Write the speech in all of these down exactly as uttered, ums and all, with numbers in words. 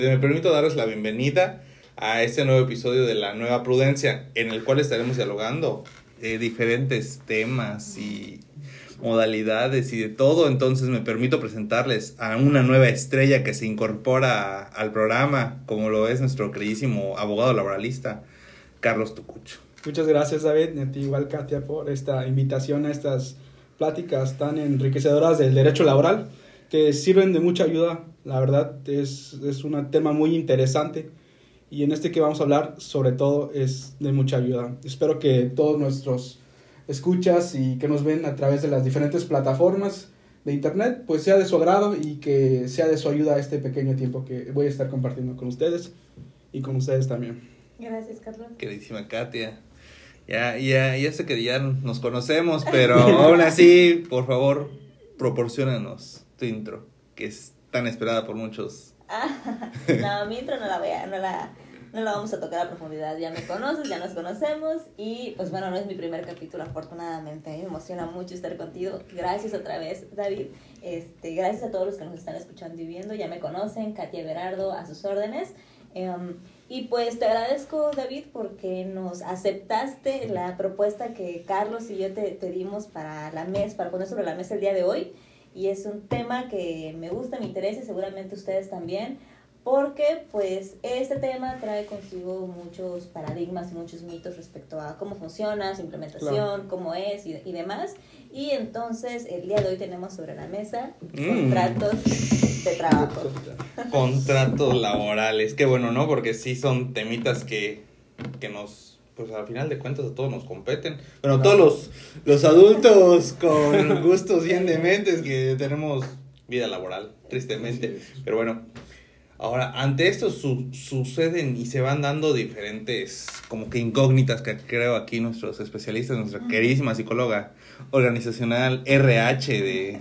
Me permito darles la bienvenida a este nuevo episodio de La Nueva Prudencia, en el cual estaremos dialogando de diferentes temas y modalidades y de todo. Entonces me permito presentarles a una nueva estrella que se incorpora al programa, como lo es nuestro queridísimo abogado laboralista, Carlos Tucucho. Muchas gracias, David, y a ti igual, Katia, por esta invitación a estas pláticas tan enriquecedoras del derecho laboral, que sirven de mucha ayuda. La verdad es, es un tema muy interesante y en este que vamos a hablar sobre todo es de mucha ayuda. Espero que todos nuestros escuchas y que nos ven a través de las diferentes plataformas de internet pues sea de su agrado y que sea de su ayuda este pequeño tiempo que voy a estar compartiendo con ustedes y con ustedes también. Gracias, Carlos. Queridísima Katia, ya, ya, ya sé que ya nos conocemos, pero aún así, por favor, proporciónanos tu intro, que es tan esperada por muchos. Ah, no, mi intro no la voy a, no la, no la vamos a tocar a profundidad. Ya me conoces, ya nos conocemos y pues bueno, no es mi primer capítulo, afortunadamente. A mí me emociona mucho estar contigo. Gracias otra vez, David. Este, gracias a todos los que nos están escuchando y viendo. Ya me conocen, Katia Berardo, a sus órdenes. Um, y pues te agradezco, David, porque nos aceptaste la propuesta que Carlos y yo te, te dimos para la mesa, para poner sobre la mesa el día de hoy. Y es un tema que me gusta, me interesa y seguramente ustedes también, porque pues este tema trae consigo muchos paradigmas y muchos mitos respecto a cómo funciona su implementación, claro, cómo es y, y demás. Y entonces el día de hoy tenemos sobre la mesa mm. contratos de trabajo. Contratos laborales, qué bueno, ¿no? Porque sí son temitas que, que nos... pues al final de cuentas a todos nos competen. Bueno, claro, todos los, los adultos con gustos bien dementes que tenemos vida laboral, tristemente. Sí, sí. Pero bueno, ahora, ante esto su, suceden y se van dando diferentes como que incógnitas que creo aquí nuestros especialistas, nuestra queridísima psicóloga organizacional R H de...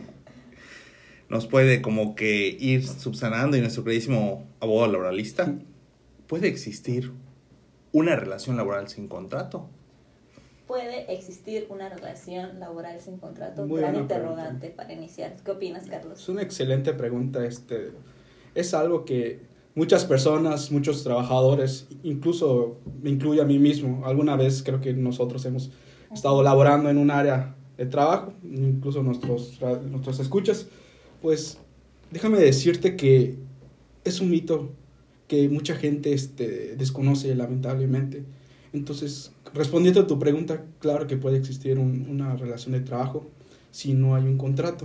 nos puede como que ir subsanando, y nuestro queridísimo abogado laboralista, ¿puede existir una relación laboral sin contrato? ¿Puede existir una relación laboral sin contrato? Muy Gran buena interrogante pregunta. para iniciar. ¿Qué opinas, Carlos? Es una excelente pregunta. Este, es algo que muchas personas, muchos trabajadores, incluso me incluyo a mí mismo, alguna vez creo que nosotros hemos estado laborando en un área de trabajo, incluso nuestros, nuestros escuchas, pues déjame decirte que es un mito que mucha gente este, desconoce lamentablemente. Entonces, respondiendo a tu pregunta, claro que puede existir un, una relación de trabajo si no hay un contrato.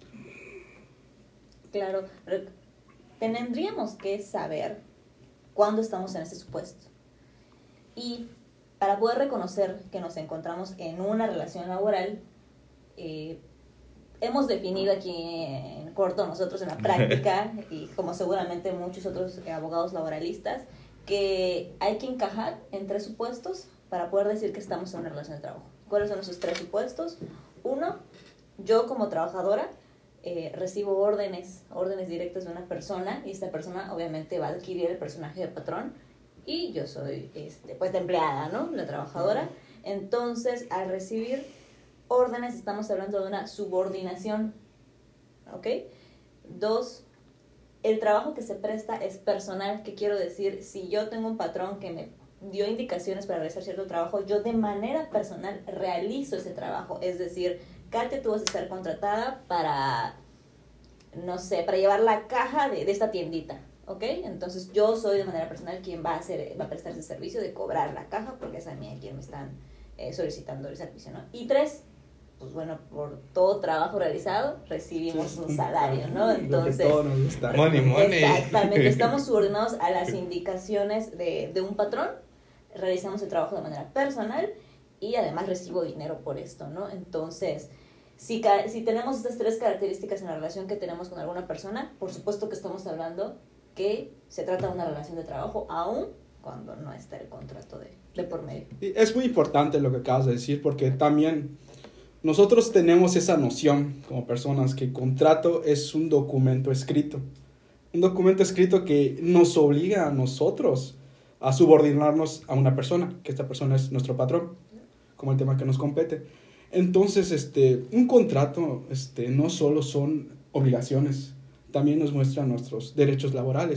Claro, tendríamos que saber cuándo estamos en ese supuesto. Y para poder reconocer que nos encontramos en una relación laboral, eh, hemos definido aquí en corto nosotros en la práctica, y como seguramente muchos otros abogados laboralistas, que hay que encajar en tres supuestos para poder decir que estamos en una relación de trabajo. ¿Cuáles son esos tres supuestos? Uno, yo como trabajadora eh, recibo órdenes, órdenes directas de una persona, y esta persona obviamente va a adquirir el personaje de patrón, y yo soy este, pues la empleada, ¿no? La trabajadora. Entonces, al recibir órdenes estamos hablando de una subordinación, ¿ok? Dos, el trabajo que se presta es personal. ¿Qué quiero decir? Si yo tengo un patrón que me dio indicaciones para realizar cierto trabajo, yo de manera personal realizo ese trabajo. Es decir, Katia, tú vas a estar contratada para, no sé, para llevar la caja de, de esta tiendita, ¿ok? Entonces yo soy de manera personal quien va a hacer, va a prestar ese servicio de cobrar la caja, porque es a mí a quien me están eh, solicitando el servicio, ¿no? Y tres, pues bueno, por todo trabajo realizado recibimos un salario, ¿no? Entonces, money, money. Exactamente, estamos subordinados a las indicaciones de, de un patrón, realizamos el trabajo de manera personal y además recibo dinero por esto, ¿no? Entonces, si, si tenemos estas tres características en la relación que tenemos con alguna persona, por supuesto que estamos hablando que se trata de una relación de trabajo, aún cuando no está el contrato de, de por medio. Es muy importante lo que acabas de decir, porque también nosotros tenemos esa noción como personas que contrato es un documento escrito. Un documento escrito que nos obliga a nosotros a subordinarnos a una persona, que esta persona es nuestro patrón, como el tema que nos compete. Entonces, este, un contrato este, no solo son obligaciones, también nos muestra nuestros derechos laborales.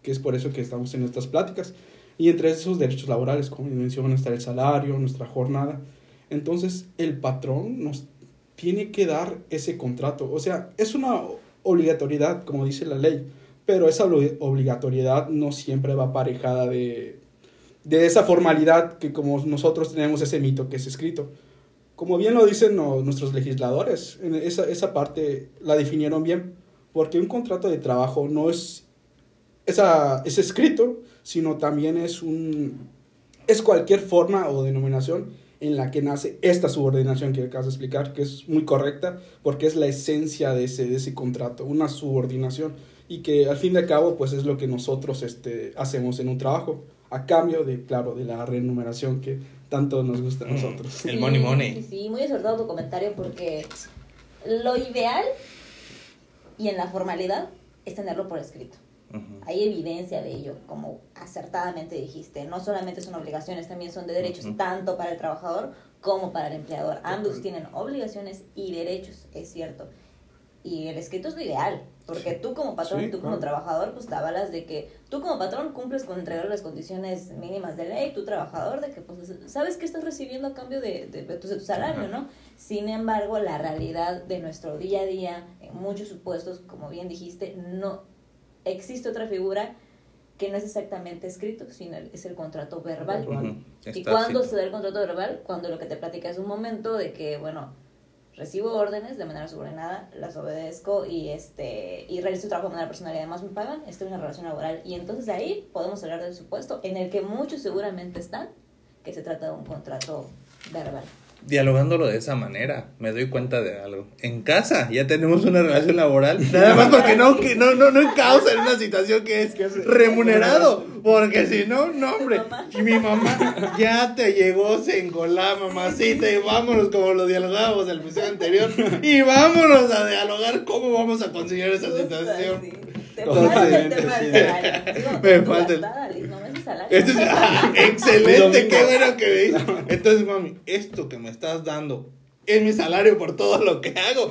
que es por eso que estamos en estas pláticas. Y entre esos derechos laborales, como mencioné, está el salario, nuestra jornada. Entonces, el patrón nos tiene que dar ese contrato. O sea, es una obligatoriedad, como dice la ley, pero esa obligatoriedad no siempre va aparejada de, de esa formalidad que como nosotros tenemos ese mito que es escrito. Como bien lo dicen no, nuestros legisladores, en esa, esa parte la definieron bien, porque un contrato de trabajo no es, esa, es escrito, sino también es, un, es cualquier forma o denominación en la que nace esta subordinación que acabas de explicar, que es muy correcta, porque es la esencia de ese, de ese contrato, una subordinación, y que al fin y al cabo pues es lo que nosotros este, hacemos en un trabajo, a cambio de, claro, de la remuneración que tanto nos gusta a nosotros. Mm, el money money. Sí, sí, muy acertado tu comentario, porque lo ideal y en la formalidad es tenerlo por escrito. Uh-huh. Hay evidencia de ello, como acertadamente dijiste. No solamente son obligaciones, también son de derechos, uh-huh. tanto para el trabajador como para el empleador. Ambos tienen obligaciones y derechos, es cierto. Y el escrito es lo ideal, porque tú como patrón sí, y tú como claro. trabajador, pues te avalas de que tú como patrón cumples con entregar las condiciones mínimas de ley, tú trabajador, de que pues sabes que estás recibiendo a cambio de, de, de, tu, de tu salario, ¿no? Sin embargo, la realidad de nuestro día a día, en muchos supuestos, como bien dijiste, no existe otra figura que no es exactamente escrito, sino es el contrato verbal. Uh-huh. ¿Y cuándo se da el contrato verbal? Cuando lo que te platicé es un momento de que, bueno, recibo órdenes de manera subordinada, las obedezco y este y realizo trabajo de manera personal y además me pagan, esto es una relación laboral. Y entonces ahí podemos hablar del supuesto en el que muchos seguramente están, que se trata de un contrato verbal. Dialogándolo de esa manera, me doy cuenta de algo. En casa ya tenemos una relación laboral, nada más porque no que no no no causa en una situación que es remunerado, porque si no, no hombre. Y mi mamá ya te llegó Sengolá, mamacita, y vámonos como lo dialogábamos el episodio anterior y vámonos a dialogar cómo vamos a conseguir esa situación. Sí. Te falta el tema del salario. Me falta el salario. Esto es, ah, excelente, qué bueno que veis. Entonces, mami, esto que me estás dando es mi salario por todo lo que hago.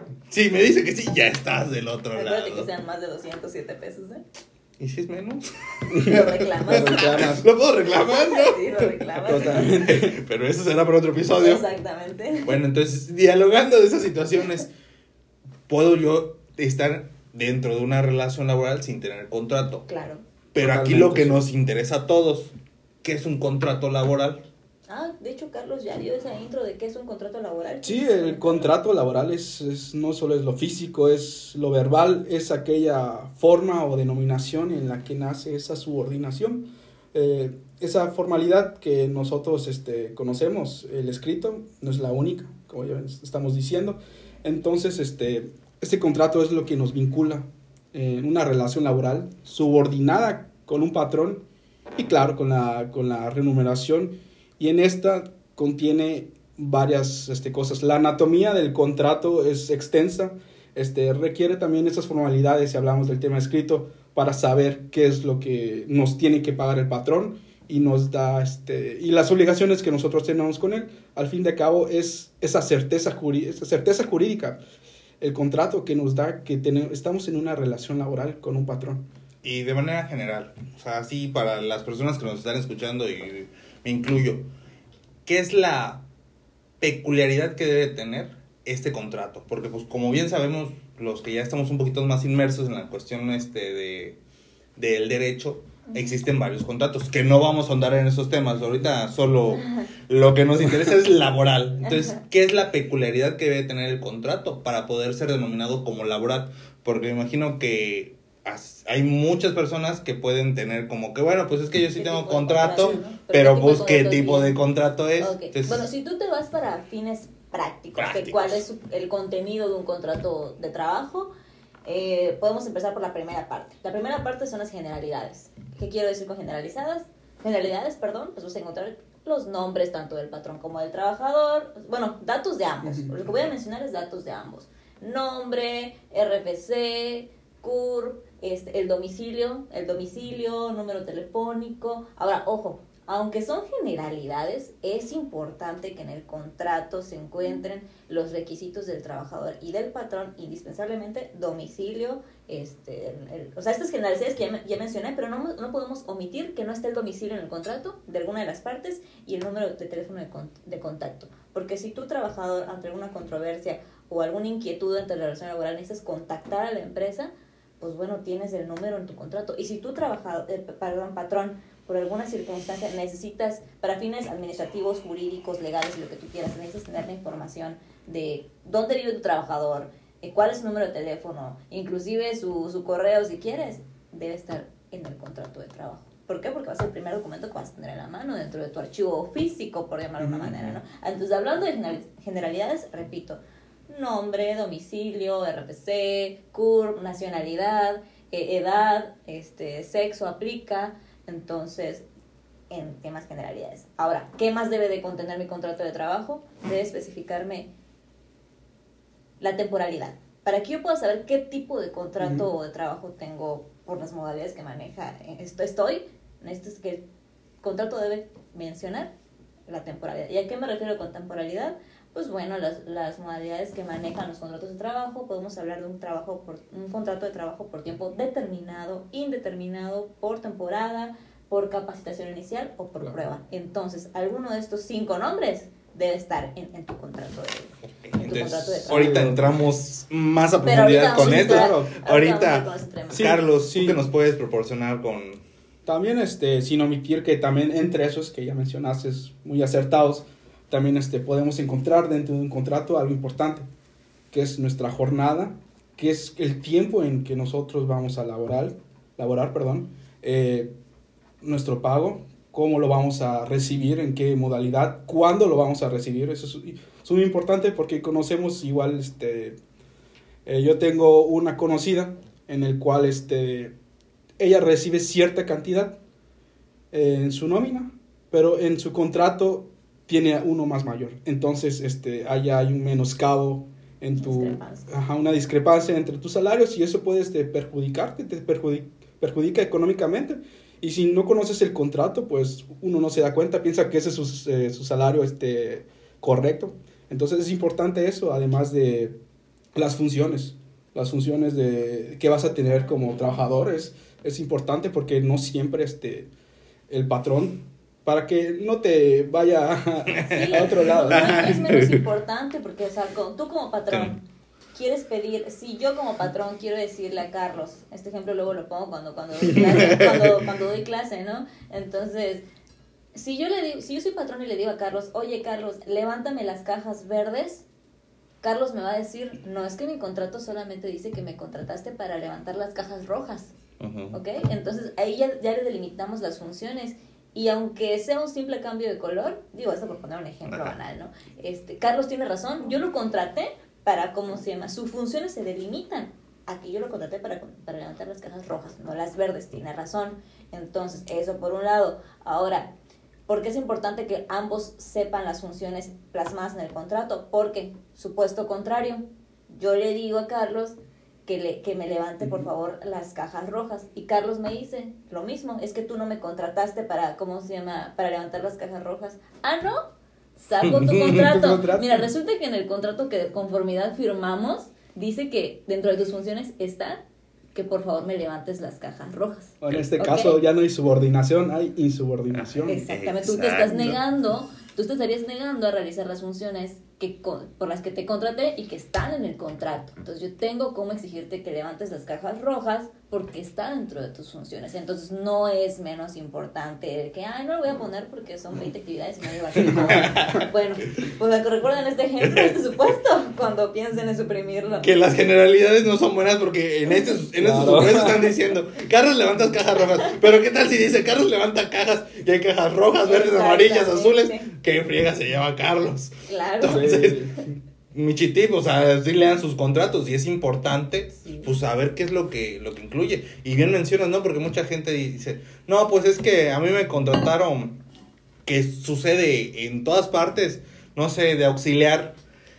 Si me dice que sí, ya estás del otro lado. Acuérdate que sean más de doscientos siete pesos, ¿eh? ¿Y si es menos? Lo reclamas. Lo reclamas. Lo puedo reclamar, ¿no? Sí, lo reclamas. Totalmente. Pero eso será para otro episodio. Exactamente. Bueno, entonces, dialogando de esas situaciones, ¿puedo yo estar dentro de una relación laboral sin tener contrato? Claro. Pero aquí lo que nos interesa a todos, ¿qué es un contrato laboral? Ah, de hecho, Carlos ya dio esa intro de qué es un contrato laboral. Sí, el contrato laboral es, es no solo es lo físico, es lo verbal, es aquella forma o denominación en la que nace esa subordinación. Eh, esa formalidad que nosotros este, conocemos, el escrito, no es la única, como ya estamos diciendo. Entonces, este, este contrato es lo que nos vincula en una relación laboral subordinada con un patrón y claro, con la, con la remuneración, y en esta contiene varias este, cosas. La anatomía del contrato es extensa, este, requiere también esas formalidades, si hablamos del tema escrito, para saber qué es lo que nos tiene que pagar el patrón y nos da este, y las obligaciones que nosotros tenemos con él. Al fin de cabo es esa certeza, jurí- esa certeza jurídica, el contrato que nos da que tenemos, estamos en una relación laboral con un patrón. Y de manera general, o sea, así para las personas que nos están escuchando y me incluyo, ¿qué es la peculiaridad que debe tener este contrato? Porque pues como bien sabemos, los que ya estamos un poquito más inmersos en la cuestión este de del derecho, existen varios contratos, que no vamos a ahondar en esos temas, ahorita solo lo que nos interesa es laboral. Entonces, ¿qué es la peculiaridad que debe tener el contrato para poder ser denominado como laboral? Porque me imagino que hay muchas personas que pueden tener como que, bueno, pues es que yo sí tengo contrato, contrato ¿no? pero, pero pues qué tipo de contrato es. Okay. Entonces, bueno, si tú te vas para fines prácticos, prácticos. Que cuál es el contenido de un contrato de trabajo, eh, podemos empezar por la primera parte. La primera parte son las generalidades. ¿Qué quiero decir con generalizadas? Generalidades, perdón, pues vas a encontrar los nombres tanto del patrón como del trabajador, bueno, datos de ambos. Lo que voy a mencionar es datos de ambos. Nombre, R F C, C U R P, este, el domicilio, el domicilio, número telefónico. Ahora, ojo, aunque son generalidades, es importante que en el contrato se encuentren los requisitos del trabajador y del patrón, indispensablemente domicilio, este, el, el, o sea, estas generalidades que ya, ya mencioné, pero no, no podemos omitir que no esté el domicilio en el contrato de alguna de las partes y el número de teléfono de, con, de contacto. Porque si tu trabajador, ante alguna controversia o alguna inquietud ante la relación laboral, necesitas contactar a la empresa, pues bueno, tienes el número en tu contrato. Y si tu trabajador, eh, perdón, patrón, por alguna circunstancia necesitas, para fines administrativos, jurídicos, legales y lo que tú quieras, necesitas tener la información de dónde vive tu trabajador, eh, cuál es su número de teléfono, inclusive su, su correo si quieres, debe estar en el contrato de trabajo. ¿Por qué? Porque va a ser el primer documento que vas a tener en la mano dentro de tu archivo físico, por llamarlo de una manera, ¿no? Entonces, hablando de generalidades, repito, nombre, domicilio, R F C, C U R P, nacionalidad, eh, edad, este, sexo aplica. Entonces, en temas generalidades. Ahora, ¿qué más debe de contener mi contrato de trabajo? Debe especificarme la temporalidad. Para que yo pueda saber qué tipo de contrato uh-huh. de trabajo tengo por las modalidades que maneja esto estoy, necesito que el contrato debe mencionar la temporalidad. ¿Y a qué me refiero con temporalidad? Pues bueno, las, las modalidades que manejan los contratos de trabajo, podemos hablar de un trabajo por un contrato de trabajo por tiempo determinado, indeterminado, por temporada, por capacitación inicial o por claro. prueba. Entonces, alguno de estos cinco nombres debe estar en, en tu contrato de, en tu Entonces, contrato de trabajo. Ahorita entramos más a profundidad con esto. Claro. Ahorita, ahorita sí, Carlos, sí. ¿tú qué nos puedes proporcionar con...? También, este, sin omitir que también entre esos que ya mencionaste, muy acertados, también este, podemos encontrar dentro de un contrato algo importante, que es nuestra jornada, que es el tiempo en que nosotros vamos a laborar, laborar, perdón, eh, nuestro pago, cómo lo vamos a recibir, en qué modalidad, cuándo lo vamos a recibir. Eso es, es muy importante porque conocemos igual, este, eh, yo tengo una conocida en el cual este, ella recibe cierta cantidad eh, en su nómina, pero en su contrato tiene uno más mayor. Entonces, este, allá hay un menoscabo en tu... Discrepancia. Ajá, una discrepancia entre tus salarios y eso puede este, perjudicarte, te perjudica, perjudica económicamente. Y si no conoces el contrato, pues uno no se da cuenta, piensa que ese es su, eh, su salario este, correcto. Entonces es importante eso, además de las funciones. Las funciones de, que vas a tener como trabajador es, es importante porque no siempre este, el patrón... para que no te vaya a, sí, a otro lado. No, es menos importante porque, o sea, tú como patrón quieres pedir, si yo como patrón quiero decirle a Carlos, este ejemplo luego lo pongo cuando, cuando, doy, clase, cuando, cuando doy clase, ¿no? Entonces, si yo, le digo, si yo soy patrón y le digo a Carlos, oye Carlos, levántame las cajas verdes, Carlos me va a decir, no, es que mi contrato solamente dice que me contrataste para levantar las cajas rojas, uh-huh. ¿ok? Entonces, ahí ya, ya le delimitamos las funciones. Y aunque sea un simple cambio de color, digo esto por poner un ejemplo Ajá. banal, ¿no? Este, Carlos tiene razón, yo lo contraté para, ¿cómo se llama? Sus funciones se delimitan. Aquí yo lo contraté para, para levantar las cajas rojas, no las verdes, tiene razón. Entonces, eso por un lado. Ahora, ¿por qué es importante que ambos sepan las funciones plasmadas en el contrato? Porque, supuesto contrario, yo le digo a Carlos... Que, le, que me levante por favor las cajas rojas y Carlos me dice lo mismo, es que tú no me contrataste para, ¿cómo se llama? Para levantar las cajas rojas. Ah, ¿no? Saco tu contrato. ¿Tu contrato? Mira, resulta que en el contrato que de conformidad firmamos dice que dentro de tus funciones está que por favor me levantes las cajas rojas. En este ¿Okay? caso ya no hay subordinación, hay insubordinación. Exactamente, Exacto. Tú te estás negando, tú te estarías negando a realizar las funciones que por las que te contraté y que están en el contrato. Entonces yo tengo cómo exigirte que levantes las cajas rojas porque está dentro de tus funciones. Entonces no es menos importante el que, ay, no lo voy a poner porque son veinte actividades y no lleva tiempo. Bueno, pues recuerden este ejemplo, este supuesto, cuando piensen en suprimirlo. Que las generalidades no son buenas porque en, este, en claro. estos supuestos están diciendo, Carlos levantas cajas rojas, pero ¿qué tal si dice Carlos levanta cajas y hay cajas rojas, verdes, amarillas, azules? ¿Qué friega se lleva Carlos? Claro. Entonces, mi chitip, o sea, sí lean sus contratos y es importante sí. pues saber qué es lo que, lo que incluye. Y bien mencionas, ¿no? Porque mucha gente dice, no, pues es que a mí me contrataron, que sucede en todas partes, no sé, de auxiliar.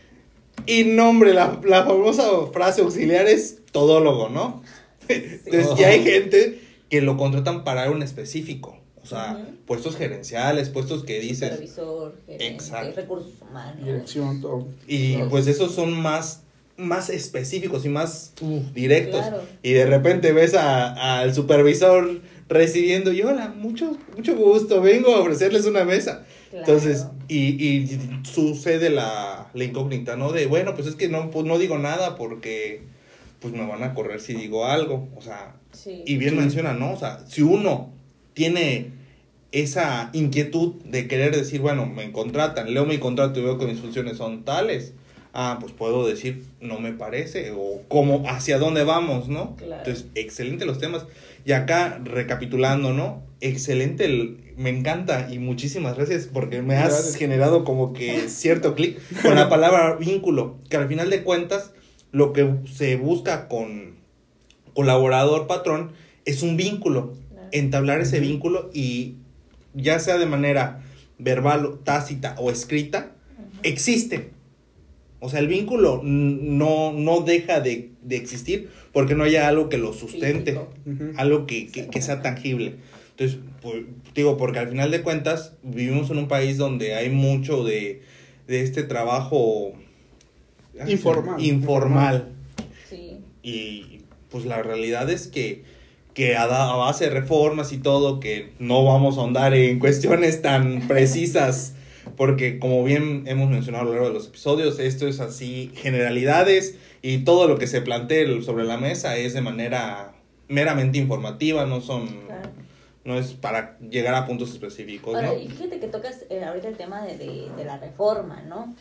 Y no, hombre, la, la famosa frase auxiliar es todólogo, ¿no? Sí. Entonces, oh. y hay gente que lo contratan para un específico. O sea, Ujú. puestos gerenciales, puestos que dices... Supervisor, gerente, Exacto. recursos humanos. Dirección, todo. Y Todo. pues esos son más, más específicos y más uh, directos. Claro. Y de repente ves a, al supervisor recibiendo y hola, mucho, mucho gusto, vengo a ofrecerles una mesa. Claro. Entonces, y, y sucede la, la incógnita, ¿no? De, bueno, pues es que no, pues no digo nada porque pues me van a correr si digo algo. O sea, Sí. y bien Sí. menciona, ¿no? O sea, si uno tiene esa inquietud de querer decir, bueno, me contratan, leo mi contrato y veo que mis funciones son tales, ah, pues puedo decir, no me parece, o cómo, hacia dónde vamos, ¿no? Claro. Entonces, excelente los temas. Y acá, recapitulando, ¿no? Excelente, el, me encanta y muchísimas gracias porque me has Gracias. generado como que cierto clic con la palabra vínculo, que al final de cuentas, lo que se busca con colaborador patrón es un vínculo, Claro. entablar ese vínculo y ya sea de manera verbal, tácita o escrita, Ujú. existe. O sea, el vínculo no, no deja de, de existir porque no haya algo que lo sustente, Físico. Ujú. algo que, que, que sea tangible. Entonces, pues, digo, porque al final de cuentas vivimos en un país donde hay mucho de, de este trabajo Informal. informal. Sí. Y pues la realidad es que, que a, da- a base de reformas y todo, que no vamos a ahondar en cuestiones tan precisas, porque como bien hemos mencionado a lo largo de los episodios, esto es así, generalidades, y todo lo que se plantee sobre la mesa es de manera meramente informativa, no son, Claro. no es para llegar a puntos específicos, Ahora, ¿no? y fíjate que tocas eh, ahorita el tema de, de, de la reforma, ¿no?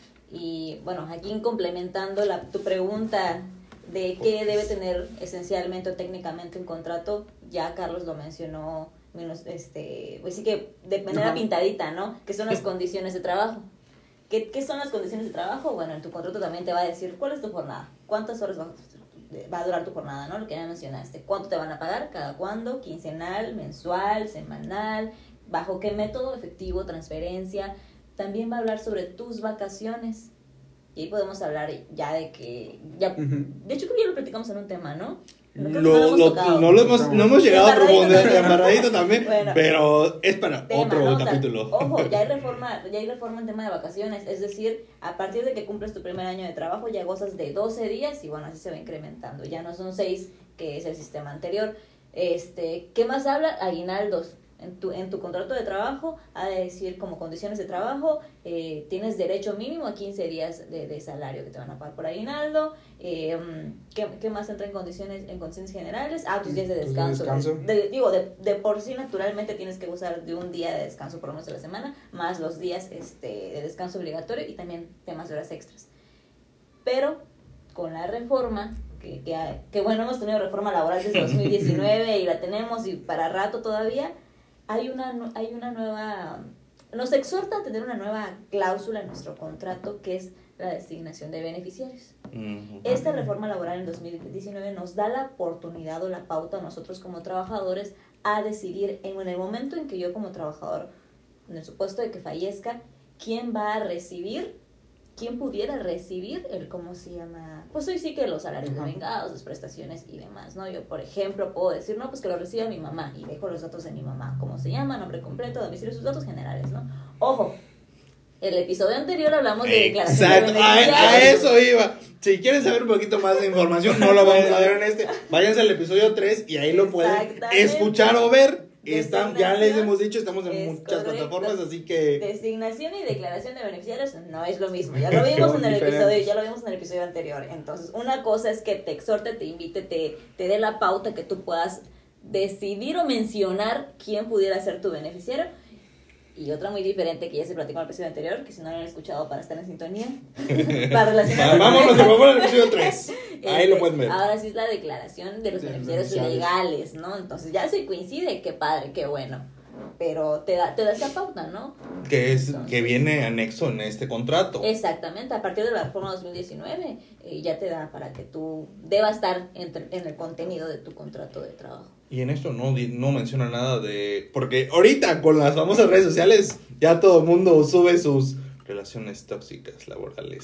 Y bueno, aquí complementando la, tu pregunta de qué debe tener esencialmente o técnicamente un contrato, ya Carlos lo mencionó, menos, este, pues sí que de manera Ajá. pintadita, ¿no? Que son las condiciones de trabajo. ¿Qué, ¿Qué son las condiciones de trabajo? Bueno, en tu contrato también te va a decir cuál es tu jornada, cuántas horas va, va a durar tu jornada, ¿no? Lo que ya mencionaste, cuánto te van a pagar, cada cuándo, quincenal, mensual, semanal, bajo qué método, efectivo, transferencia. También va a hablar sobre tus vacaciones. Y ahí podemos hablar ya de que, ya, Ujú. de hecho creo que ya lo platicamos en un tema, ¿no? No, creo que no Lo- lo hemos lo- tocado. no lo hemos, no hemos llegado a Embarradito profundizar, también. embarradito también, Bueno. pero es para Tema, otro ¿no? O sea, capítulo. ojo, ya hay reforma, ya hay reforma en tema de vacaciones, es decir, a partir de que cumples tu primer año de trabajo ya gozas de doce días y bueno, así se va incrementando, ya no son seis, que es el sistema anterior. Este, ¿qué más habla? Aguinaldos. En tu, en tu contrato de trabajo ha de decir como condiciones de trabajo, eh, tienes derecho mínimo a quince días de, de salario que te van a pagar por aguinaldo. Eh, ¿qué, ¿Qué más entra en condiciones en condiciones generales? Ah, tus días de Tus días de descanso. descanso. De- de- digo, de, de por sí naturalmente tienes que gozar de un día de descanso por lo menos a la semana, más los días este, de descanso obligatorio y también temas de horas extras. Pero con la reforma, que, que, hay- que bueno, hemos tenido reforma laboral desde dos mil diecinueve y la tenemos y para rato todavía, hay una, nu- hay una nueva, nos exhorta a tener una nueva cláusula en nuestro contrato que es la designación de beneficiarios. Ujú. Esta reforma laboral en dos mil diecinueve nos da la oportunidad o la pauta a nosotros como trabajadores a decidir en el momento en que yo como trabajador, en el supuesto de que fallezca, quién va a recibir, quién pudiera recibir el, ¿cómo se llama? Pues hoy sí que los salarios Ajá. devengados, las prestaciones y demás, ¿no? Yo, por ejemplo, puedo decir, no, pues que lo reciba mi mamá y dejo los datos de mi mamá, cómo se llama, nombre completo, domicilio, sus datos generales, ¿no? Ojo, el episodio anterior hablamos de declaración de Exacto, a, a beneficiarios. eso iba. Si quieren saber un poquito más de información, no lo vamos a ver en este. Váyanse al episodio tres y ahí lo pueden Exactamente. escuchar o ver. Están, ya les Designación hemos dicho, estamos en es muchas correcto. plataformas, así que... Designación y declaración de beneficiarios no es lo mismo. Ya lo vimos Son en el diferentes. episodio, ya lo vimos en el episodio anterior. Entonces, una cosa es que te exhorte, te invite, te, te dé la pauta que tú puedas decidir o mencionar quién pudiera ser tu beneficiario. Y otra muy diferente que ya se platicó en el episodio anterior, que si no lo han escuchado para estar en sintonía, para relacionar con Vámonos de eso. nuevo al episodio tres. Ahí lo Este, pueden ver. Ahora sí es la declaración de los De beneficiarios beneficiarios. legales, ¿no? Entonces ya se coincide, qué padre, qué bueno. Pero te da, te da esa pauta, ¿no? Que, es, Entonces, que viene anexo en este contrato. Exactamente, a partir de la reforma dos mil diecinueve eh, ya te da para que tú debas estar entre- en el contenido de tu contrato de trabajo. Y en esto no, di- no menciona nada de... Porque ahorita con las famosas redes sociales ya todo el mundo sube sus relaciones tóxicas laborales.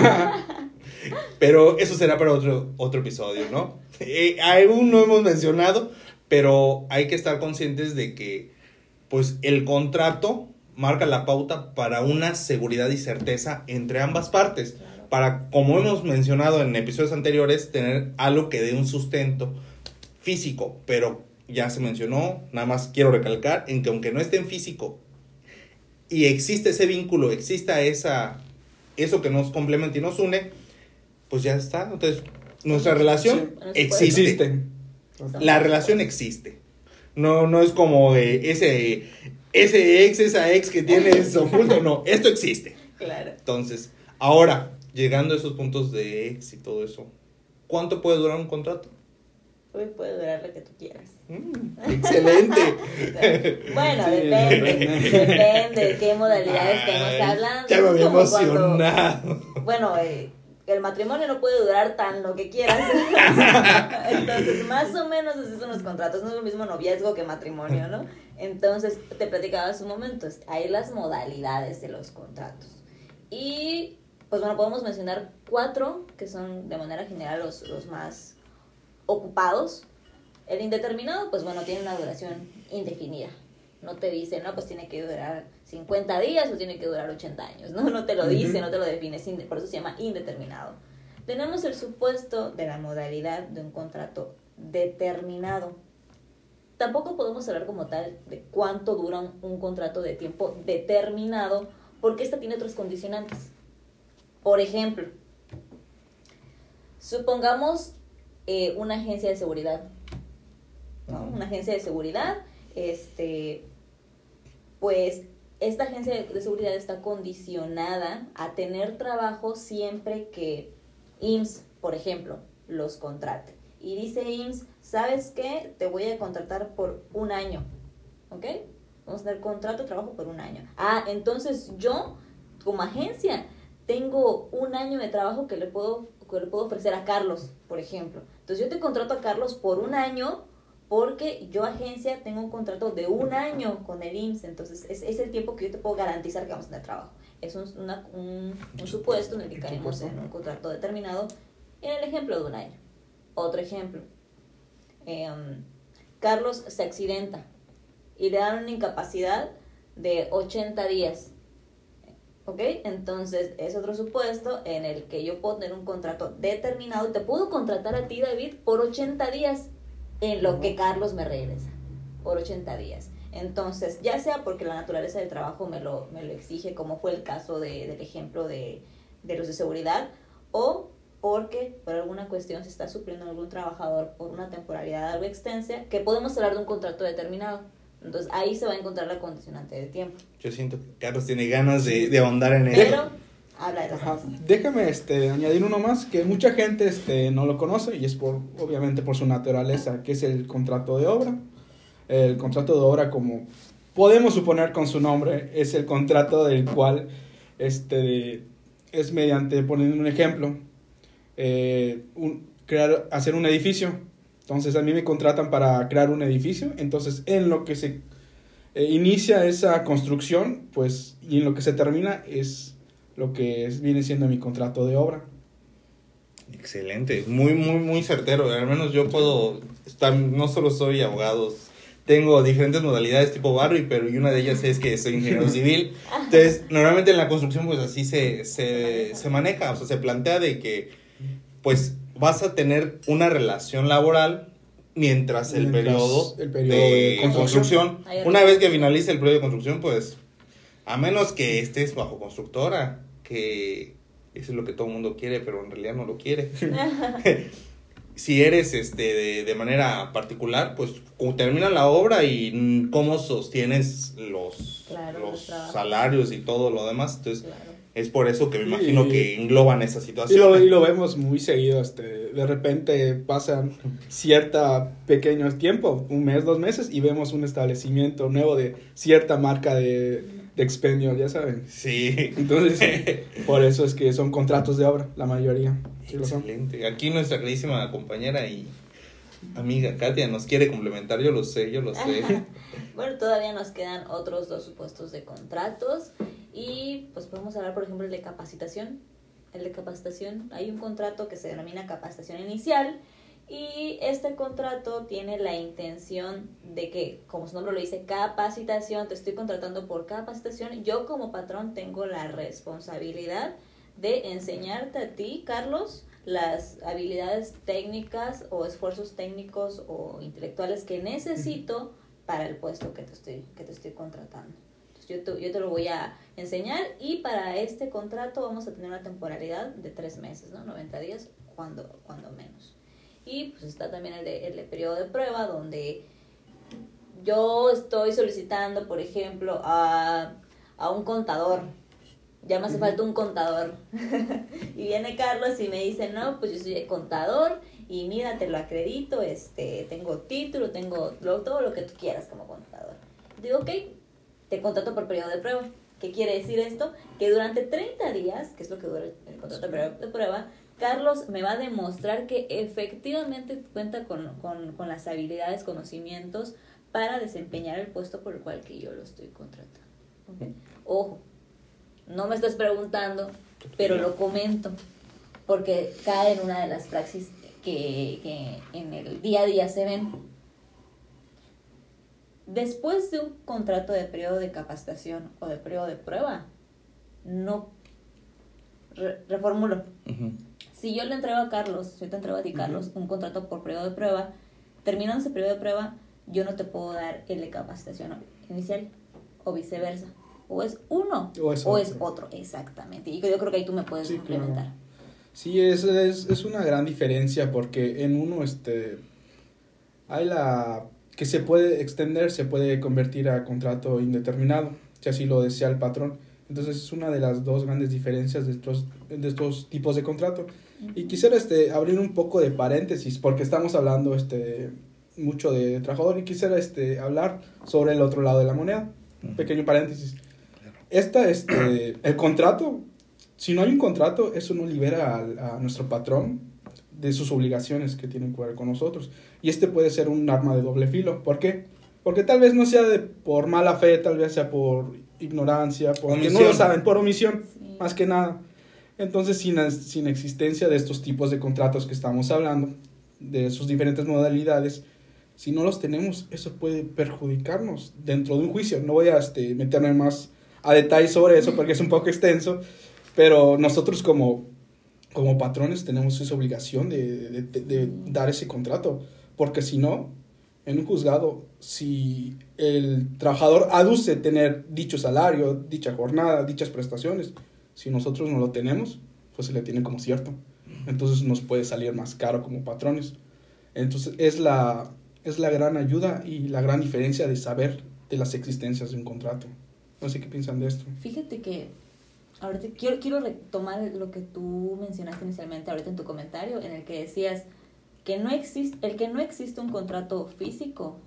Pero eso será para otro, otro episodio, ¿no? Eh, aún no hemos mencionado, pero hay que estar conscientes de que pues el contrato marca la pauta para una seguridad y certeza entre ambas partes. Claro. Para, como hemos mencionado en episodios anteriores, tener algo que dé un sustento físico. Pero ya se mencionó, nada más quiero recalcar, en que aunque no esté en físico y existe ese vínculo, exista esa, eso que nos complementa y nos une, pues ya está. Entonces, nuestra relación Sí. existe. Existe. La relación existe. No, no es como de ese, ese ex, esa ex que tienes oculto. No, esto existe. Claro. Entonces, ahora, llegando a esos puntos de ex y todo eso, ¿cuánto puede durar un contrato? Puede, puede durar lo que tú quieras. Mm, excelente. Bueno, Sí, depende. depende. Depende de qué modalidades Ay, estemos hablando. ya me había Es como cuando- emocionado. Bueno, eh, el matrimonio no puede durar tan lo que quieras. Entonces, más o menos así son los contratos. No es lo mismo noviazgo que matrimonio, ¿no? Entonces, te platicaba hace un momento, hay las modalidades de los contratos. Y, pues bueno, podemos mencionar cuatro que son de manera general los, los más ocupados. El indeterminado, pues bueno, tiene una duración indefinida. No te dice, no, pues tiene que durar cincuenta días o tiene que durar ochenta años, ¿no? No te lo dice, no te lo define, por eso se llama indeterminado. Tenemos el supuesto de la modalidad de un contrato determinado. Tampoco podemos hablar como tal de cuánto dura un, un contrato de tiempo determinado, porque esta tiene otros condicionantes. Por ejemplo, supongamos eh, una agencia de seguridad, ¿no? Una agencia de seguridad, este, pues esta agencia de seguridad está condicionada a tener trabajo siempre que I M S S, por ejemplo, los contrate. Y dice I M S S, ¿sabes qué? Te voy a contratar por un año, ¿ok? Vamos a tener contrato de trabajo por un año. Ah, entonces yo, como agencia, tengo un año de trabajo que le puedo, que le puedo ofrecer a Carlos, por ejemplo. Entonces yo te contrato a Carlos por un año porque yo, agencia, tengo un contrato de un año con el I M S S. Entonces es, es el tiempo que yo te puedo garantizar que vamos a tener trabajo. Es un, una, un, un supuesto en el que caemos en un contrato determinado en el ejemplo de un año. Otro ejemplo. Eh, Carlos se accidenta y le dan una incapacidad de ochenta días. ¿Ok? Entonces es otro supuesto en el que yo puedo tener un contrato determinado y te puedo contratar a ti, David, por ochenta días en lo que Carlos me regresa. Por ochenta días. Entonces, ya sea porque la naturaleza del trabajo me lo, me lo exige, como fue el caso de, del ejemplo de, de los de seguridad, o porque por alguna cuestión se está supliendo a algún trabajador por una temporalidad algo extensa, que podemos hablar de un contrato determinado. Entonces ahí se va a encontrar la condicionante de tiempo. Yo siento que Carlos tiene ganas de, de ahondar en ello. Pero habla de las Ajá. cosas. Déjame este, añadir uno más que mucha gente este, no lo conoce y es por, obviamente por su naturaleza, que es el contrato de obra. El contrato de obra, como podemos suponer con su nombre, es el contrato del cual este, es mediante, poniendo un ejemplo, eh, un, crear, hacer un edificio. Entonces a mí me contratan para crear un edificio, entonces en lo que se eh, inicia esa construcción, pues, y en lo que se termina es lo que es, viene siendo mi contrato de obra. Excelente, muy, muy, muy certero. Al menos yo puedo estar, no solo soy abogado, tengo diferentes modalidades tipo Barbie, pero y una de ellas es que soy ingeniero civil. Entonces, normalmente en la construcción, pues así se, se, se maneja, o sea, se plantea de que, pues, vas a tener una relación laboral mientras el Mientras periodo, el periodo de, de construcción. construcción. Una vez que finalice el periodo de construcción, pues, a menos que estés bajo constructora, que eso es lo que todo el mundo quiere, pero en realidad no lo quiere. Si eres este de, de manera particular, pues termina la obra y cómo sostienes los, Claro, los los trabajos. salarios y todo lo demás. Entonces, Claro. es por eso que me imagino Y- que engloban esa Y situación. lo, y lo vemos muy seguido, este, de repente pasan cierta pequeño tiempo, un mes, dos meses, y vemos un establecimiento nuevo de cierta marca de, de expendio, ya saben. Sí. Entonces, por eso es que son contratos de obra, la mayoría. Sí lo son. Excelente. Aquí nuestra queridísima compañera y amiga Katia nos quiere complementar, yo lo sé, yo lo sé. Bueno, todavía nos quedan otros dos supuestos de contratos y pues podemos hablar, por ejemplo, el de capacitación. El de capacitación, hay un contrato que se denomina capacitación inicial Y este contrato tiene la intención de que, como su nombre lo dice, capacitación, te estoy contratando por capacitación. Yo como patrón tengo la responsabilidad de enseñarte a ti, Carlos, las habilidades técnicas o esfuerzos técnicos o intelectuales que necesito para el puesto que te estoy, que te estoy contratando. Entonces yo te, yo te lo voy a enseñar, y para este contrato vamos a tener una temporalidad de tres meses, ¿no? noventa días, cuando, cuando menos. Y pues está también el de, el de periodo de prueba, donde yo estoy solicitando, por ejemplo, a, a un contador. Ya me hace falta un contador. Y viene Carlos y me dice, no, pues yo soy el contador y mira, te lo acredito, este, tengo título, tengo lo, todo lo que tú quieras como contador. Digo, ok, te contrato por periodo de prueba. ¿Qué quiere decir esto? Que durante treinta días, que es lo que dura el, el contrato de periodo de prueba, Carlos me va a demostrar que efectivamente cuenta con, con, con las habilidades, conocimientos para desempeñar el puesto por el cual que yo lo estoy contratando. ¿Okay? Ojo, no me estás preguntando, pero lo comento, porque cae en una de las praxis que, que en el día a día se ven. Después de un contrato de periodo de capacitación o de periodo de prueba, no re, reformulo. Uh-huh. Si yo le entrego a Carlos, yo te entrego a ti, Carlos, uh-huh, un contrato por periodo de prueba, terminando ese periodo de prueba, yo no te puedo dar el de capacitación inicial, o viceversa. O es uno, o es, o es otro, exactamente. Y yo creo que ahí tú me puedes sí, complementar. Claro. Sí, es, es, es una gran diferencia, porque en uno este hay la que se puede extender, se puede convertir a contrato indeterminado, si así lo desea el patrón. Entonces es una de las dos grandes diferencias de estos, de estos tipos de contrato. Uh-huh. Y quisiera este, abrir un poco de paréntesis, porque estamos hablando este, mucho de trabajador, y quisiera este, hablar sobre el otro lado de la moneda. Uh-huh. Un pequeño paréntesis. Esta, este, el contrato, si no hay un contrato, eso no libera a, a nuestro patrón de sus obligaciones que tienen que ver con nosotros. Y este puede ser un arma de doble filo. ¿Por qué? Porque tal vez no sea de, por mala fe, tal vez sea por ignorancia, porque no lo saben, por omisión, sí, más que nada. Entonces, sin, sin existencia de estos tipos de contratos que estamos hablando, de sus diferentes modalidades, si no los tenemos, eso puede perjudicarnos dentro de un juicio. No voy a este, meterme más a detalle sobre eso porque es un poco extenso, pero nosotros como, como patrones tenemos esa obligación de, de, de, de dar ese contrato, porque si no, en un juzgado, si el trabajador aduce tener dicho salario, dicha jornada, dichas prestaciones, si nosotros no lo tenemos, pues se le tiene como cierto. Entonces nos puede salir más caro como patrones. Entonces es la, es la gran ayuda y la gran diferencia de saber de las existencias de un contrato. No sé qué piensan de esto. Fíjate que ahorita quiero, quiero retomar lo que tú mencionaste inicialmente ahorita en tu comentario, en el que decías que no existe, el que no existe un contrato físico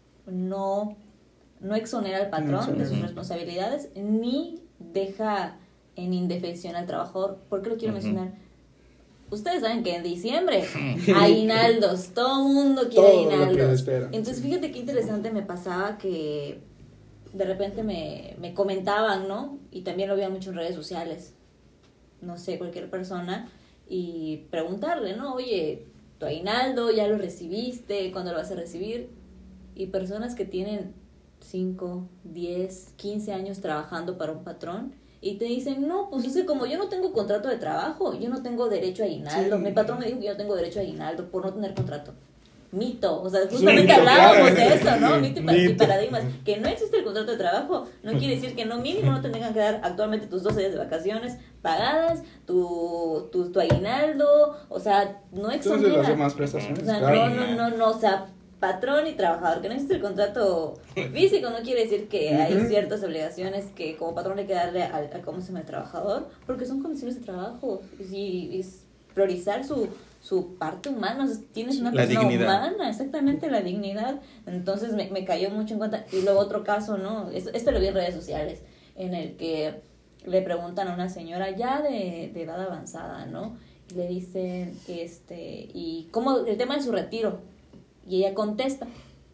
no, no exonera al patrón no de sus responsabilidades ni deja en indefensión al trabajador. ¿Por qué lo quiero uh-huh. mencionar? Ustedes saben que en diciembre aguinaldos, todo el mundo quiere todo aguinaldos. Entonces fíjate qué interesante me pasaba que de repente me, me comentaban, ¿no? Y también lo veía mucho en redes sociales, no sé, cualquier persona, y preguntarle, ¿no? Oye, tu aguinaldo, ¿ya lo recibiste? ¿Cuándo lo vas a recibir? Y personas que tienen cinco, diez, quince años trabajando para un patrón y te dicen, no, pues es que como yo no tengo contrato de trabajo, yo no tengo derecho a aguinaldo. Sí. Mi patrón me dijo que yo no tengo derecho a aguinaldo por no tener contrato. Mito, o sea, justamente mito, hablábamos claro. de eso, ¿no? Mito y, Mito. y paradigmas. Que no existe el contrato de trabajo no quiere decir que no mínimo no te tengan que dar actualmente tus doce días de vacaciones pagadas, tu, tu, tu aguinaldo, o sea, no exonera. Entonces las demás prestaciones. O sea, claro. no, no, no, no, o sea, patrón y trabajador, que no existe el contrato físico no quiere decir que uh-huh. hay ciertas obligaciones que como patrón hay que darle al, al cómo se llama el trabajador, porque son condiciones de trabajo y es priorizar su su parte humana, o sea, tienes una la persona dignidad. humana, exactamente, la dignidad. Entonces me, me cayó mucho en cuenta. Y luego otro caso, ¿no? Esto, esto lo vi en redes sociales, en el que le preguntan a una señora ya de, de edad avanzada, ¿no? Y le dicen, este, y cómo, el tema de su retiro. Y ella contesta,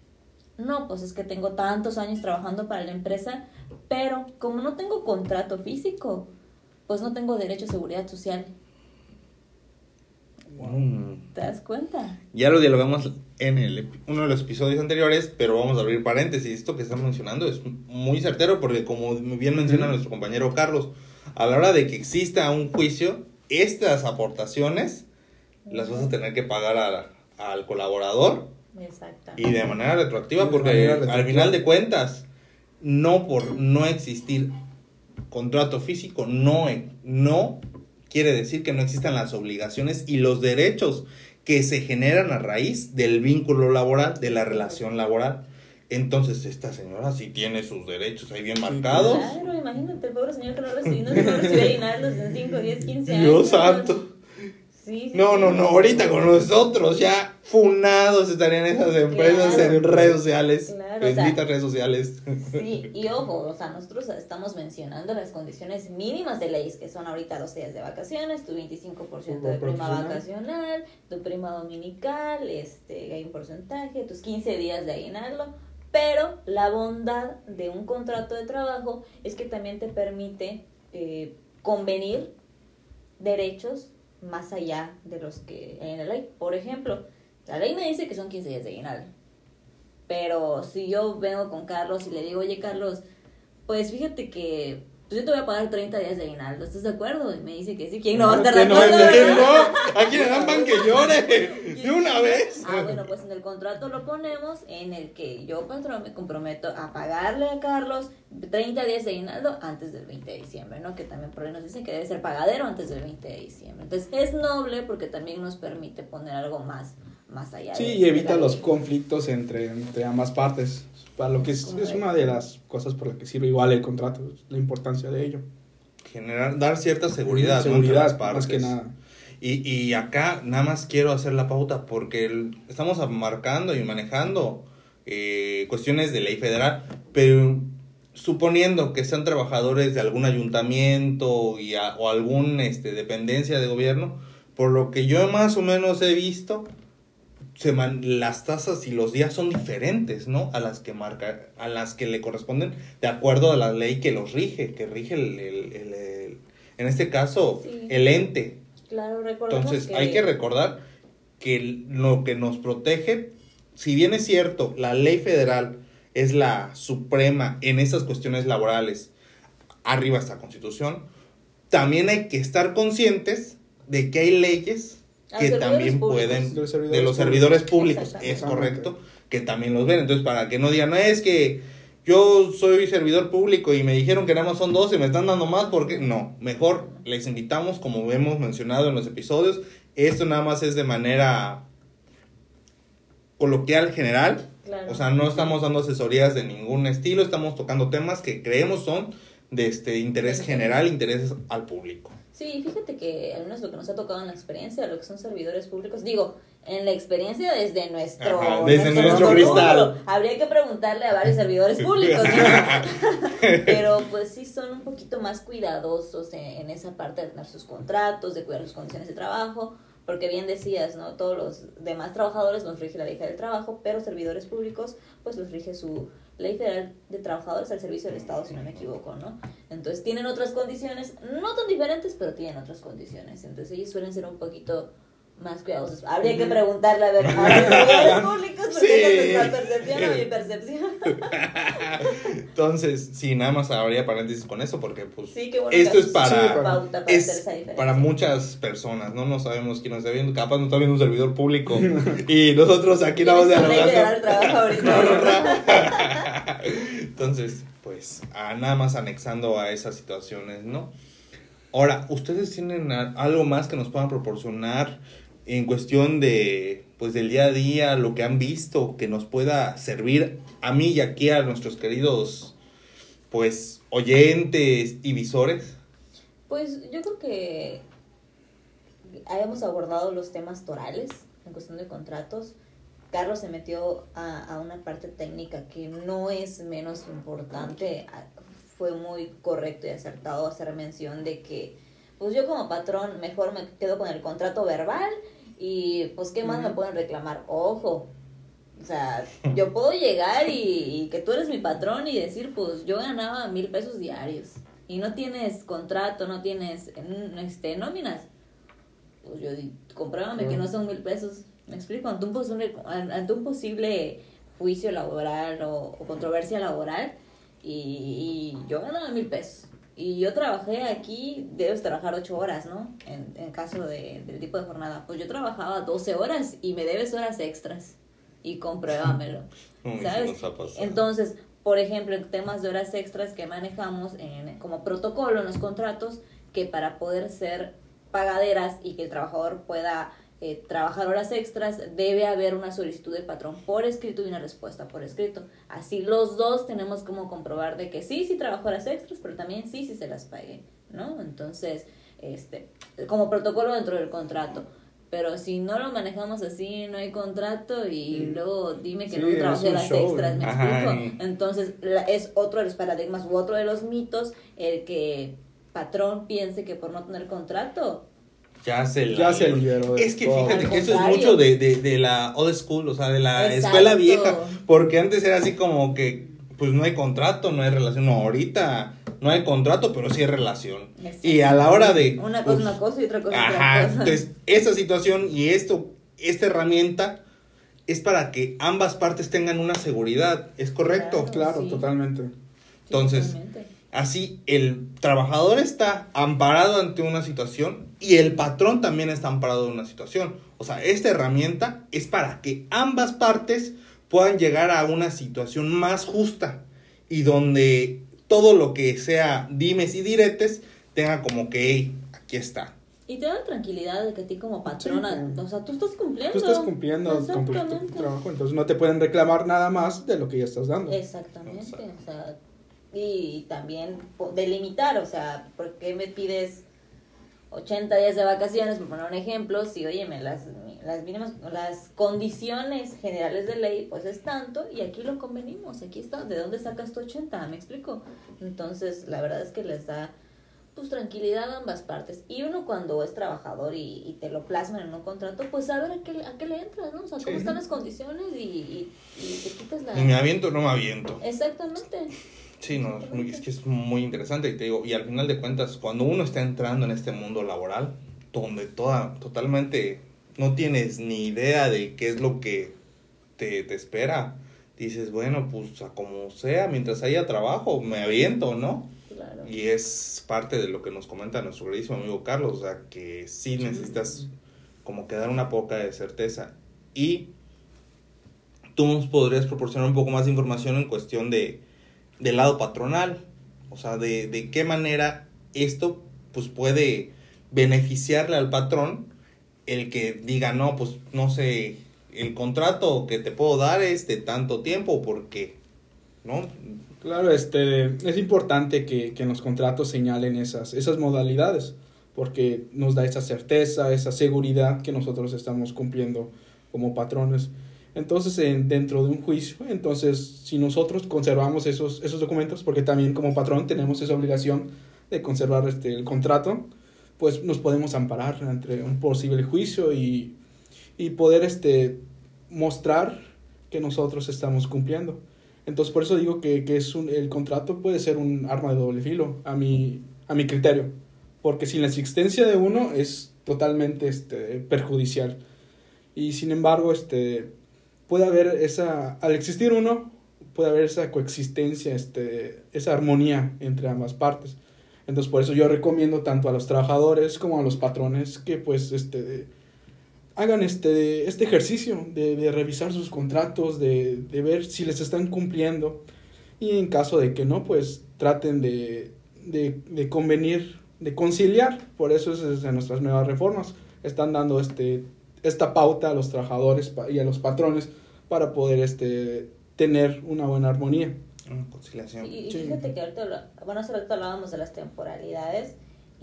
no, pues es que tengo tantos años trabajando para la empresa, pero como no tengo contrato físico, pues no tengo derecho a seguridad social. Mm. ¿Te das cuenta? Ya lo dialogamos en el, uno de los episodios anteriores, pero vamos a abrir paréntesis. Esto que están mencionando es muy certero porque, como bien menciona uh-huh. nuestro compañero Carlos, a la hora de que exista un juicio, estas aportaciones uh-huh. las vas a tener que pagar a, al colaborador. Exacto. Y de manera retroactiva, de porque manera retroactiva. Al final de cuentas, no por no existir contrato físico, no, no quiere decir que no existan las obligaciones y los derechos que se generan a raíz del vínculo laboral, de la relación laboral. Entonces, esta señora sí tiene sus derechos ahí bien marcados. Claro, imagínate, el pobre señor que no recibió, no recibió aguinaldos en cinco, diez, quince años. Dios santo. Sí, sí, no, no, no, ahorita con nosotros ya funados estarían esas empresas claro, en redes sociales, claro, benditas o sea, redes sociales. Sí, y ojo, o sea, nosotros estamos mencionando las condiciones mínimas de leyes, que son ahorita los días de vacaciones, tu veinticinco por ciento de prima vacacional, tu prima dominical, este, hay un porcentaje, tus quince días de aguinaldo, pero la bondad de un contrato de trabajo es que también te permite eh, convenir derechos más allá de los que hay en la ley. Por ejemplo, la ley me dice que son quince días de aguinaldo, pero si yo vengo con Carlos y le digo, oye Carlos, pues fíjate que pues yo te voy a pagar treinta días de aguinaldo, ¿estás de acuerdo? Y me dice que sí, ¿quién no va a estar de acuerdo? No, aquí le dan pan que llore de una vez. Ah, bueno, pues en el contrato lo ponemos en el que yo, patrón, me comprometo a pagarle a Carlos treinta días de aguinaldo antes del veinte de diciembre, ¿no? Que también por ahí nos dicen que debe ser pagadero antes del veinte de diciembre. Entonces es noble porque también nos permite poner algo más, más allá. Sí, y evita los conflictos entre, entre ambas partes. Para lo que es, es una de las cosas por las que sirve igual el contrato, la importancia de ello. Generar, dar cierta seguridad, seguridad, ¿no? Entre las partes. Más que nada. Y, y acá nada más quiero hacer la pauta porque el, estamos marcando y manejando eh, cuestiones de ley federal, pero suponiendo que sean trabajadores de algún ayuntamiento y a, o algún este, dependencia de gobierno, por lo que yo más o menos he visto, se man, las tasas y los días son diferentes, ¿no? A las que marca, a las que le corresponden de acuerdo a la ley que los rige, que rige el, el, el, el en este caso, sí. el ente. Claro, recordemos Entonces, que... hay que recordar que lo que nos protege, si bien es cierto, la ley federal es la suprema en esas cuestiones laborales, arriba está la Constitución, también hay que estar conscientes de que hay leyes que también públicos, pueden, de los servidores, de los servidores públicos, es correcto, que también los ven. Entonces, para que no digan, no, es que yo soy servidor público y me dijeron que nada más son doce, me están dando más, porque no, mejor les invitamos, como hemos mencionado en los episodios, esto nada más es de manera coloquial, general, claro. O sea, no estamos dando asesorías de ningún estilo, estamos tocando temas que creemos son de este interés general, interés al público. Sí, fíjate que al menos lo que nos ha tocado en la experiencia, lo que son servidores públicos, digo, en la experiencia desde nuestro... Ajá, desde nuestro, nuestro cristal. Punto, habría que preguntarle a varios servidores públicos, ¿no? Pero pues sí son un poquito más cuidadosos en, en esa parte de tener sus contratos, de cuidar sus condiciones de trabajo, porque bien decías, ¿no? Todos los demás trabajadores nos rige la ley del trabajo, pero servidores públicos pues los rige su ley federal de trabajadores al servicio del Estado, si no me equivoco, ¿no? Entonces tienen otras condiciones, no tan diferentes, pero tienen otras condiciones. Entonces ellos suelen ser un poquito más cuidadosos. Habría que preguntarle a ver a los servidores públicos, porque sí. Esa es nuestra percepción o mi percepción. Entonces, sí, nada más habría paréntesis con eso, porque pues sí, qué bueno, esto es para, sí, pauta para, es para muchas personas, ¿no? No sabemos quién nos está viendo, capaz nos está viendo un servidor público y nosotros aquí vamos dialogando. Entonces, pues, a, nada más anexando a esas situaciones, ¿no? Ahora, ¿ustedes tienen algo más que nos puedan proporcionar en cuestión de, pues, del día a día, lo que han visto, que nos pueda servir a mí y aquí a nuestros queridos, pues, oyentes y visores? Pues, yo creo que hayamos abordado los temas torales en cuestión de contratos. Carlos se metió a, a una parte técnica que no es menos importante. Fue muy correcto y acertado hacer mención de que, pues yo como patrón mejor me quedo con el contrato verbal y pues qué más uh-huh. me pueden reclamar. Ojo, o sea, yo puedo llegar y, y que tú eres mi patrón y decir, pues yo ganaba mil pesos diarios y no tienes contrato, no tienes este nóminas. pues yo di, compruébame que no son mil pesos. ¿Me explico? Ante un posible, ante un posible juicio laboral o, o controversia laboral, y, y yo ganaba mil pesos. Y yo trabajé aquí, debes trabajar ocho horas, ¿no? En, en caso de, del tipo de jornada. Pues yo trabajaba doce horas y me debes horas extras. Y compruébamelo. ¿Sabes? Entonces, por ejemplo, en temas de horas extras que manejamos en, como protocolo en los contratos, que para poder ser pagaderas y que el trabajador pueda eh, trabajar horas extras, debe haber una solicitud del patrón por escrito y una respuesta por escrito. Así los dos tenemos como comprobar de que sí, sí trabajo horas extras, pero también sí, sí se las pagué, ¿no? Entonces, este, como protocolo dentro del contrato. Pero si no lo manejamos así, no hay contrato y mm. luego dime que sí, no trabajé horas show, extras, ¿me Ajá. explico? Entonces, la, es otro de los paradigmas u otro de los mitos el que patrón piense que por no tener contrato ya se, ya se liberó. Es que fíjate que eso es mucho de, de, de la old school, o sea, de la Exacto. escuela vieja, porque antes era así como que pues no hay contrato, no hay relación, no, ahorita no hay contrato, pero sí hay relación. Exacto. Y a la hora de una cosa pues, una cosa y otra cosa ajá, otra cosa. Entonces, esa situación y esto esta herramienta es para que ambas partes tengan una seguridad, ¿es correcto? Claro, claro sí. totalmente. Entonces, sí, totalmente. Así el trabajador está amparado ante una situación y el patrón también está amparado en una situación. O sea, esta herramienta es para que ambas partes puedan llegar a una situación más justa y donde todo lo que sea dimes y diretes tenga como que, hey, aquí está. Y te da la tranquilidad de que a ti como patrona, sí, o sea, tú estás cumpliendo. Tú estás cumpliendo con tu, tu trabajo, entonces no te pueden reclamar nada más de lo que ya estás dando. Exactamente, Exacto. o sea, y también delimitar, o sea, ¿por qué me pides ochenta días de vacaciones? Por poner un ejemplo, si, oye, las, las mínimas, las condiciones generales de ley, pues es tanto, y aquí lo convenimos, aquí está, ¿de dónde sacas tu ochenta? ¿Me explico? Entonces, la verdad es que les da pues tranquilidad a ambas partes. Y uno cuando es trabajador y, y te lo plasman en un contrato, pues saber a qué, a qué le entras, ¿no? O sea, cómo sí. están las condiciones y, y, y te quitas la... Y me aviento o no me aviento. Exactamente. Sí, no, es que es muy interesante y te digo, y al final de cuentas, cuando uno está entrando en este mundo laboral, donde toda, totalmente no tienes ni idea de qué es lo que te, te espera, dices, bueno, pues a como sea, mientras haya trabajo, me aviento, ¿no? Claro. Y es parte de lo que nos comenta nuestro queridísimo amigo Carlos, o sea, que sí necesitas como que dar una poca de certeza. Y tú nos podrías proporcionar un poco más de información en cuestión de del lado patronal, o sea, de, de qué manera esto pues puede beneficiarle al patrón el que diga, no, pues no sé, el contrato que te puedo dar es de tanto tiempo, porque, ¿no? Claro, este, es importante que, que en los contratos señalen esas, esas modalidades, porque nos da esa certeza, esa seguridad que nosotros estamos cumpliendo como patrones. Entonces, en, dentro de un juicio, entonces, si nosotros conservamos esos, esos documentos, porque también como patrón tenemos esa obligación de conservar este, el contrato, pues nos podemos amparar entre un posible juicio y, y poder este, mostrar que nosotros estamos cumpliendo. Entonces, por eso digo que, que es un, el contrato puede ser un arma de doble filo, a mi, a mi criterio, porque sin la existencia de uno es totalmente este, perjudicial. Y sin embargo, este... puede haber esa, al existir uno, puede haber esa coexistencia, este, esa armonía entre ambas partes. Entonces, por eso yo recomiendo tanto a los trabajadores como a los patrones que, pues, este, hagan este, este ejercicio de, de revisar sus contratos, de, de ver si les están cumpliendo. Y en caso de que no, pues, traten de, de, de convenir, de conciliar. Por eso es desde nuestras nuevas reformas. Están dando este... esta pauta a los trabajadores y a los patrones para poder este tener una buena armonía. Una conciliación. Sí, y fíjate que ahorita, bueno, hace rato hablábamos de las temporalidades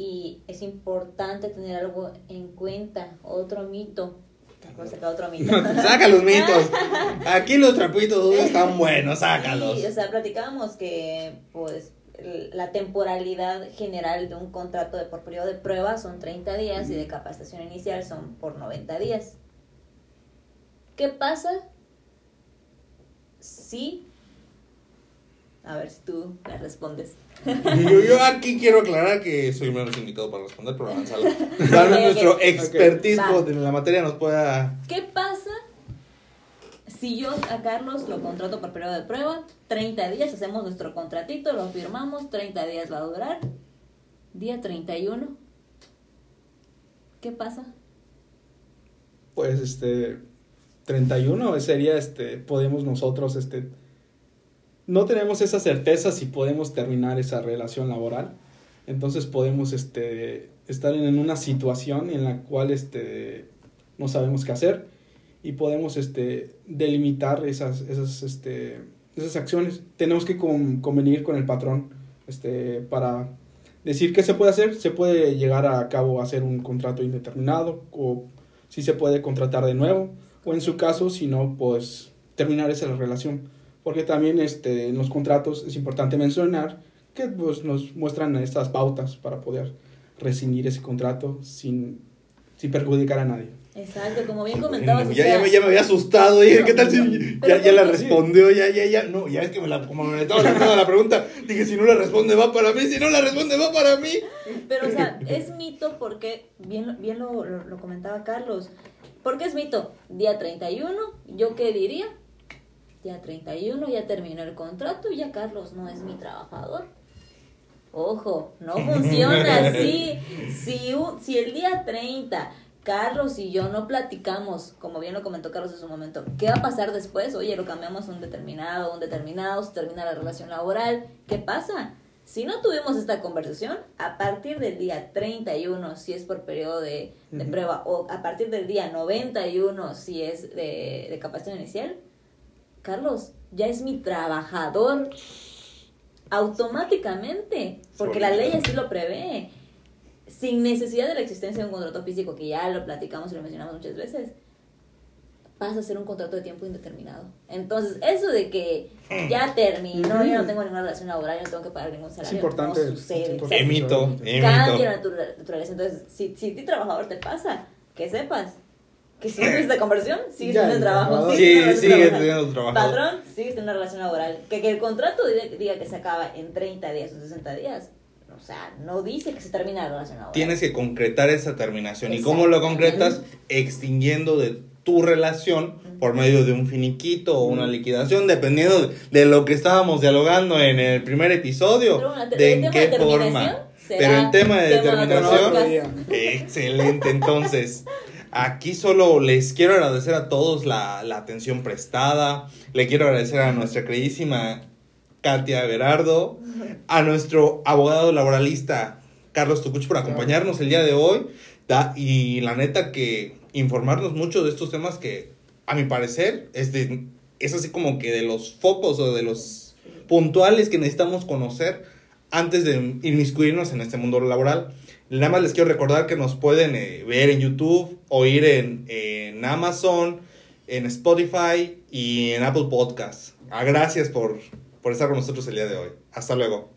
y es importante tener algo en cuenta, otro mito. Voy a sacar otro mito. Saca los mitos. Aquí los trapitos están buenos, sácalos. Sí, o sea, platicábamos que pues la temporalidad general de un contrato de por periodo de prueba son treinta días y de capacitación inicial son por noventa días. ¿Qué pasa si A ver si tú la respondes. Yo, yo aquí quiero aclarar que soy menos indicado para responder, pero Gonzalo, tal vez Ok, nuestro ok. expertise Va. en la materia nos pueda... ¿Qué pasa si yo a Carlos lo contrato por periodo de prueba? treinta días, hacemos nuestro contratito, lo firmamos, treinta días va a durar. Día treinta y uno. ¿Qué pasa? Pues este treinta y uno sería este podemos nosotros este no tenemos esa certeza si podemos terminar esa relación laboral. Entonces podemos este estar en una situación en la cual este no sabemos qué hacer y podemos este delimitar esas esas este esas acciones. Tenemos que con, convenir con el patrón este para decir qué se puede hacer. Se puede llegar a cabo a hacer un contrato indeterminado o si se puede contratar de nuevo o en su caso si no pues terminar esa relación, porque también este en los contratos es importante mencionar que pues nos muestran estas pautas para poder rescindir ese contrato sin sin perjudicar a nadie. Exacto, como bien comentabas. Ya, o ya, sea, me, ya me había asustado. Y, ¿qué tal si pero ya, ya la ¿por qué? respondió? Ya, ya, ya. No, ya es que me la, como me estaba lanzando la pregunta, dije, si no la responde va para mí, si no la responde va para mí. Pero, o sea, es mito porque, bien, bien lo, lo, lo comentaba Carlos, ¿por qué es mito? Día treinta y uno, ¿yo qué diría? Día treinta y uno, ya terminó el contrato y ya Carlos no es mi trabajador. Ojo, no funciona así. Si, un, si el día treinta... Carlos y yo no platicamos, como bien lo comentó Carlos en su momento, ¿qué va a pasar después? Oye, lo cambiamos a un determinado, un determinado, se termina la relación laboral, ¿qué pasa? Si no tuvimos esta conversación, a partir del día treinta y uno, si es por periodo de, de uh-huh. prueba, o a partir del día noventa y uno, si es de, de capacitación inicial, Carlos, ya es mi trabajador automáticamente, porque la ley así lo prevé. Sin necesidad de la existencia de un contrato físico, que ya lo platicamos y lo mencionamos muchas veces, vas a hacer un contrato de tiempo indeterminado. Entonces, eso de que ya terminó, yo no tengo ninguna relación laboral, yo no tengo que pagar ningún salario, es importante, no sucede. es importante. Emito, emito. Cambia la naturaleza. Entonces, si, si a ti trabajador te pasa, que sepas que si no tienes esta conversión, sigues teniendo el trabajo. Sí, sigues teniendo trabajo. Patrón, sigues teniendo una relación laboral. Que, que el contrato diga, diga que se acaba en treinta días o sesenta días. O sea, no dice que se termina la relación laboral. Tienes que concretar esa terminación. ¿Y cómo lo concretas? Extinguiendo de tu relación por medio de un finiquito o una liquidación, dependiendo de lo que estábamos dialogando en el primer episodio. Pero bueno, de en qué forma. Pero en tema de tema determinación, de excelente. Entonces, aquí solo les quiero agradecer a todos la, la atención prestada. Le quiero agradecer a nuestra queridísima Katia Berardo, a nuestro abogado laboralista Carlos Tucuch por acompañarnos el día de hoy, da, y la neta que informarnos mucho de estos temas que a mi parecer es, de, es así como que de los focos o de los puntuales que necesitamos conocer antes de inmiscuirnos en este mundo laboral. Nada más les quiero recordar que nos pueden eh, ver en YouTube, oír en, en Amazon, en Spotify y en Apple Podcasts. Ah, gracias por... por estar con nosotros el día de hoy. Hasta luego.